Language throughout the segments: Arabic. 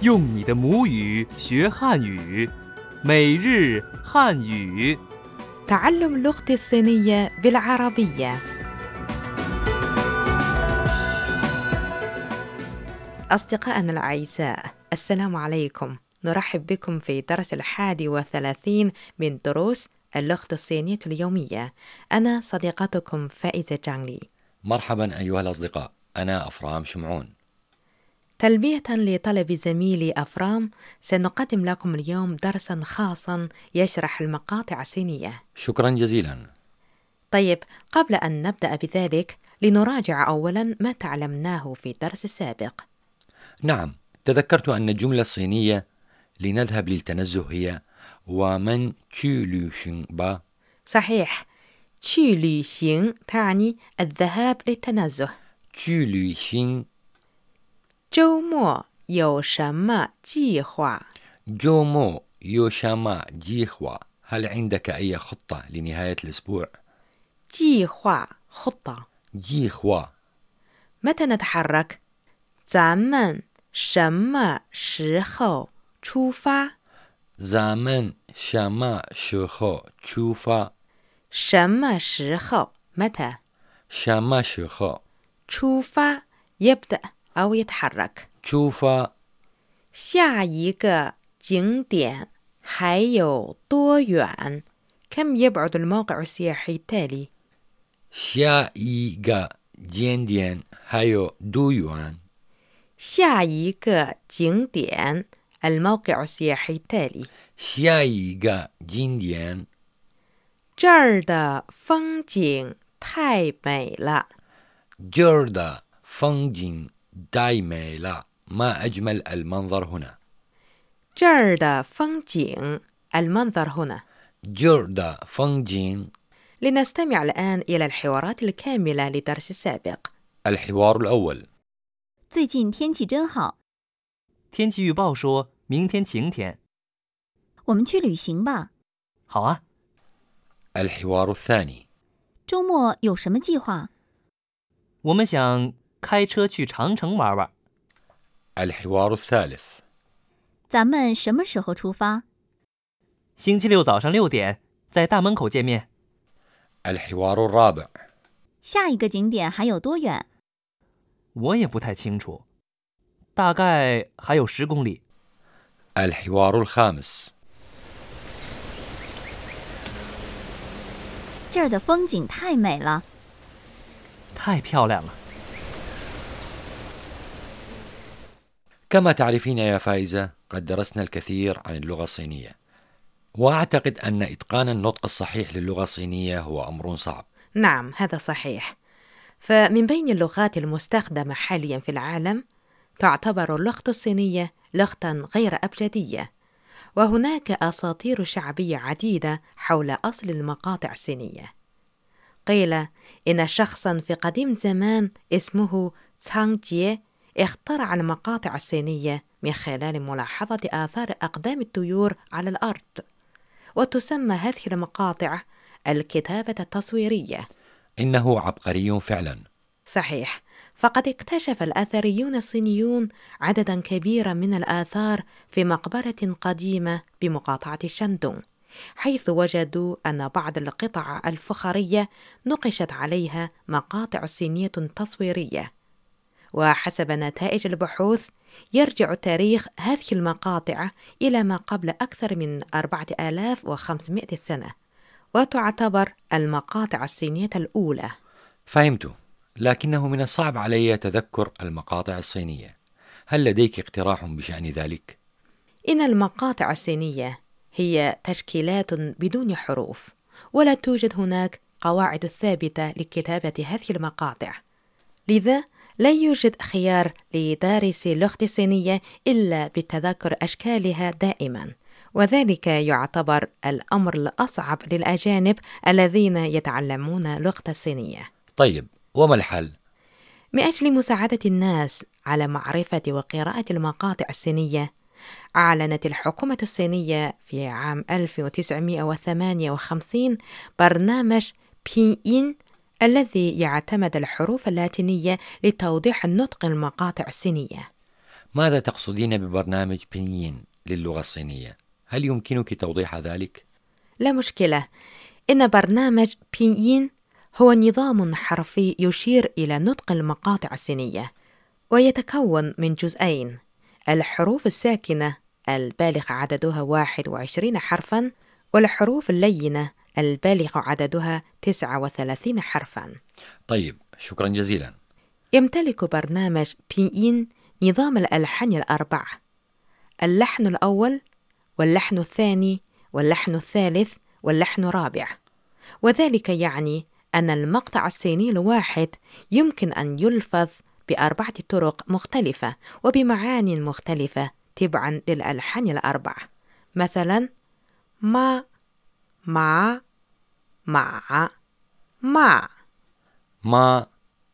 用你的母语学汉语，每日汉语。 تعلم اللغة الصينية بالعربية. أصدقائنا الأعزاء، السلام عليكم. نرحب بكم في درس 31 من دروس اللغة الصينية اليومية. أنا صديقتكم فائزة جانلي. مرحبا أيها الأصدقاء، أنا أفرام شمعون. تلبية لطلب زميلي أفرام، سنقدم لكم اليوم درسا خاصا يشرح المقاطع الصينية. شكرا جزيلا. طيب، قبل أن نبدأ بذلك لنراجع أولا ما تعلمناه في الدرس السابق. نعم، تذكرت أن الجملة الصينية لنذهب للتنزه هي ومن تشي لو شين با. صحيح، تشي لو شين تعني الذهاب للتنزه. تشي لو شين. 周末有什么计划؟ جومو يوشاما جيخوا. هل عندك أي خطة لنهاية الأسبوع؟ 计划 خطة. جيخوا. متى نتحرك؟ 咱们什么时候出发？ زامن شاما شوخو تشوفا. 什么时候 متى؟ شاما شوخو. 出发 يبدأ أو يتحرك. تشوفا. 下一个景点还有多远？ كم يبعد الموقع السياحي التالي؟ 下一个景点还有多远？ 下一个景点 الموقع السياحي التالي. 下一个景点。 这儿的风景太美了。 这儿的风景太美了. ما أجمل المنظر هنا. 这儿的风景 المنظر هنا. 这儿的风景. لنستمع الآن إلى الحوارات الكاملة للدرس السابق. الحوار الأول. 最近天气真好， 天气预报说明天晴天。 我们去旅行吧。 好啊。 الحوار الثاني. 周末有什么计划？ 我们想开车去长城玩玩。 الحوار الثالث. 咱们什么时候出发？ 星期六早上6点，在大门口见面。 الحوار الرابع. 下一个景点还有多远？ 我也不太清楚，大概还有10公里。 الحوار الخامس. 这儿的风景太美了。 太漂亮了。 كما تعرفين يا فائزة، قد درسنا الكثير عن اللغة الصينية، وأعتقد أن إتقان النطق الصحيح للغة الصينية هو أمر صعب. نعم، هذا صحيح. فمن بين اللغات المستخدمة حاليا في العالم تعتبر اللغة الصينية لغة غير أبجدية، وهناك أساطير شعبية عديدة حول أصل المقاطع الصينية. قيل إن شخصا في قديم زمان اسمه تسانغ جيه اخترع المقاطع الصينية من خلال ملاحظة آثار أقدام الطيور على الأرض، وتسمى هذه المقاطع الكتابة التصويرية. إنه عبقري فعلا. صحيح، فقد اكتشف الأثريون الصينيون عددا كبيرا من الآثار في مقبرة قديمة بمقاطعة شاندونغ، حيث وجدوا أن بعض القطع الفخارية نقشت عليها مقاطع صينية تصويرية. وحسب نتائج البحوث يرجع تاريخ هذه المقاطع إلى ما قبل أكثر من 4500 سنة، وتعتبر المقاطع الصينية الأولى. فهمت، لكنه من الصعب علي تذكر المقاطع الصينية. هل لديك اقتراح بشأن ذلك؟ إن المقاطع الصينية هي تشكيلات بدون حروف، ولا توجد هناك قواعد ثابتة لكتابة هذه المقاطع، لذا لا يوجد خيار لدارسي اللغة الصينية إلا بتذكر أشكالها دائما، وذلك يعتبر الأمر الأصعب للأجانب الذين يتعلمون اللغة الصينية. طيب، وما الحل؟ من أجل مساعدة الناس على معرفة وقراءة المقاطع الصينية، أعلنت الحكومة الصينية في عام 1958 برنامج بين الذي يعتمد الحروف اللاتينية لتوضيح النطق المقاطع الصينية. ماذا تقصدين ببرنامج بينين للغة الصينية؟ هل يمكنك توضيح ذلك؟ لا مشكلة. إن برنامج بينين هو نظام حرفي يشير إلى نطق المقاطع الصينية، ويتكون من جزئين: الحروف الساكنة البالغ عددها 21 حرفاً، والحروف اللينة البالغ عددها 39 حرفاً. طيب، شكرا جزيلا. يمتلك برنامج بينين نظام الألحان الأربعة: اللحن الأول، واللحن الثاني، واللحن الثالث، واللحن الرابع. وذلك يعني أن المقطع الصيني الواحد يمكن أن يلفظ ب4 طرق مختلفة وبمعاني مختلفة تبعاً للألحان الأربعة. مثلاً ما، مع، مع، مع. ما،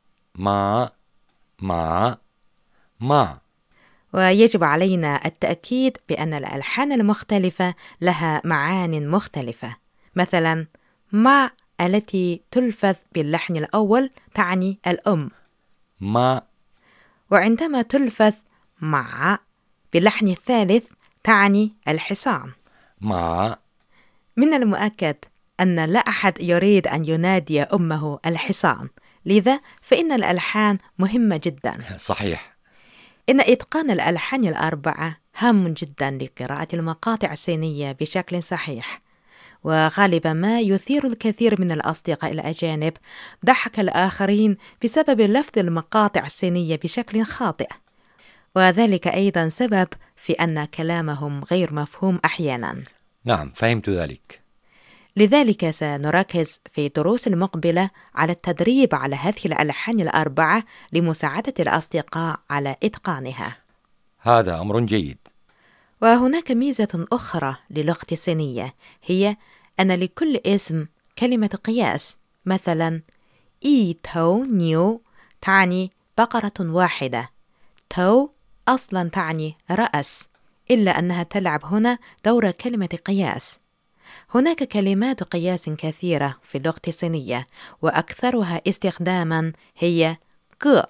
مع، مع. ويجب علينا التأكيد بأن الألحان المختلفة لها معان مختلفة. مثلاً ما التي تلفظ باللحن الأول تعني الأم، ما. وعندما تلفظ مع باللحن الثالث تعني الحصان. مع. من المؤكد أن لا أحد يريد أن ينادي أمه الحصان، لذا فإن الألحان مهمة جدا. صحيح. إن إتقان الألحان الأربعة هام جدا لقراءة المقاطع الصينية بشكل صحيح، وغالبا ما يثير الكثير من الأصدقاء الأجانب ضحك الآخرين بسبب لفظ المقاطع الصينية بشكل خاطئ، وذلك أيضا سبب في أن كلامهم غير مفهوم أحيانا. نعم، فهمت ذلك. لذلك سنركز في الدروس المقبلة على التدريب على هذه الألحان الأربعة لمساعدة الأصدقاء على إتقانها. هذا أمر جيد. وهناك ميزة أخرى للغة الصينية، هي أن لكل اسم كلمة قياس. مثلا إي تو نيو تعني بقرة واحدة. تو أصلا تعني رأس، إلا أنها تلعب هنا دور كلمة قياس. هناك كلمات قياس كثيرة في اللغة الصينية، وأكثرها استخداما هي ج.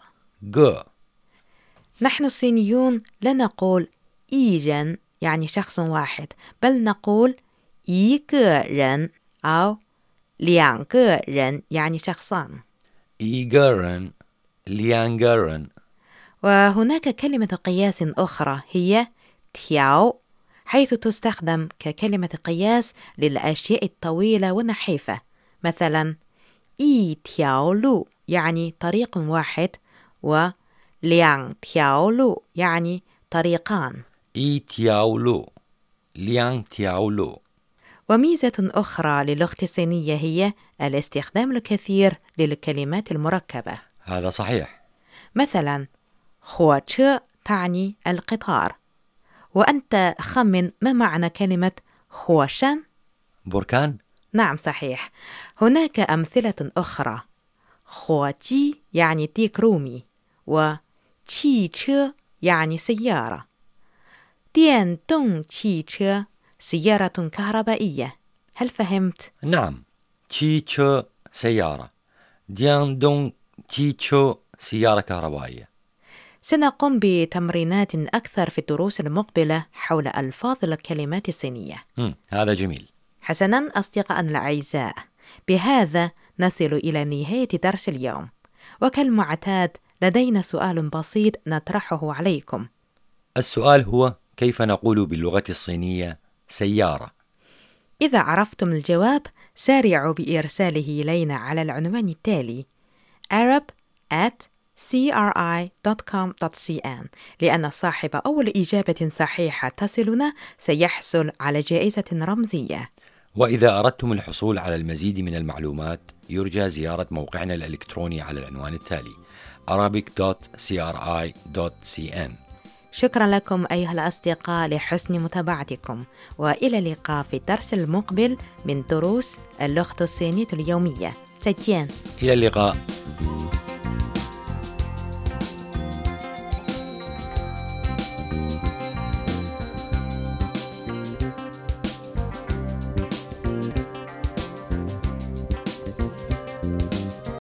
نحن الصينيون لا نقول إي يعني شخص واحد، بل نقول إي رن أو ليان رن يعني شخصان. إي رن، ليان رن. وهناك كلمة قياس أخرى هي تياو، حيث تستخدم ككلمة قياس للأشياء الطويلة والنحيفة. مثلا إي تياو لو يعني طريق واحد، وليان تياو لو يعني طريقان. إي تياو لو، ليان تياو لو. وميزة أخرى للغة الصينية هي الاستخدام الكثير للكلمات المركبة. هذا صحيح. مثلا خواچه تعني القطار، وأنت خمن ما معنى كلمة خوشان؟ بركان؟ نعم صحيح. هناك أمثلة أخرى: خوجي يعني ديك رومي، وتشيچه يعني سيارة. ديان دونغ تشيچه سيارة كهربائية. هل فهمت؟ نعم، تشيچه سيارة، ديان دونغ تشيچه سيارة كهربائية. سنقوم بتمرينات أكثر في الدروس المقبلة حول ألفاظ الكلمات الصينية. هذا جميل. حسناً أصدقائنا الأعزاء، بهذا نصل إلى نهاية درس اليوم، وكالمعتاد لدينا سؤال بسيط نطرحه عليكم. السؤال هو: كيف نقول باللغة الصينية سيارة؟ إذا عرفتم الجواب سارعوا بإرساله إلينا على العنوان التالي: arab@cri.com.cn، لأن صاحب أول إجابة صحيحة تصلنا سيحصل على جائزة رمزية. وإذا أردتم الحصول على المزيد من المعلومات يرجى زيارة موقعنا الإلكتروني على العنوان التالي: arabic.cri.cn. شكرا لكم أيها الأصدقاء لحسن متابعتكم، وإلى اللقاء في الدرس المقبل من دروس اللغة الصينية اليومية. 再见. إلى اللقاء.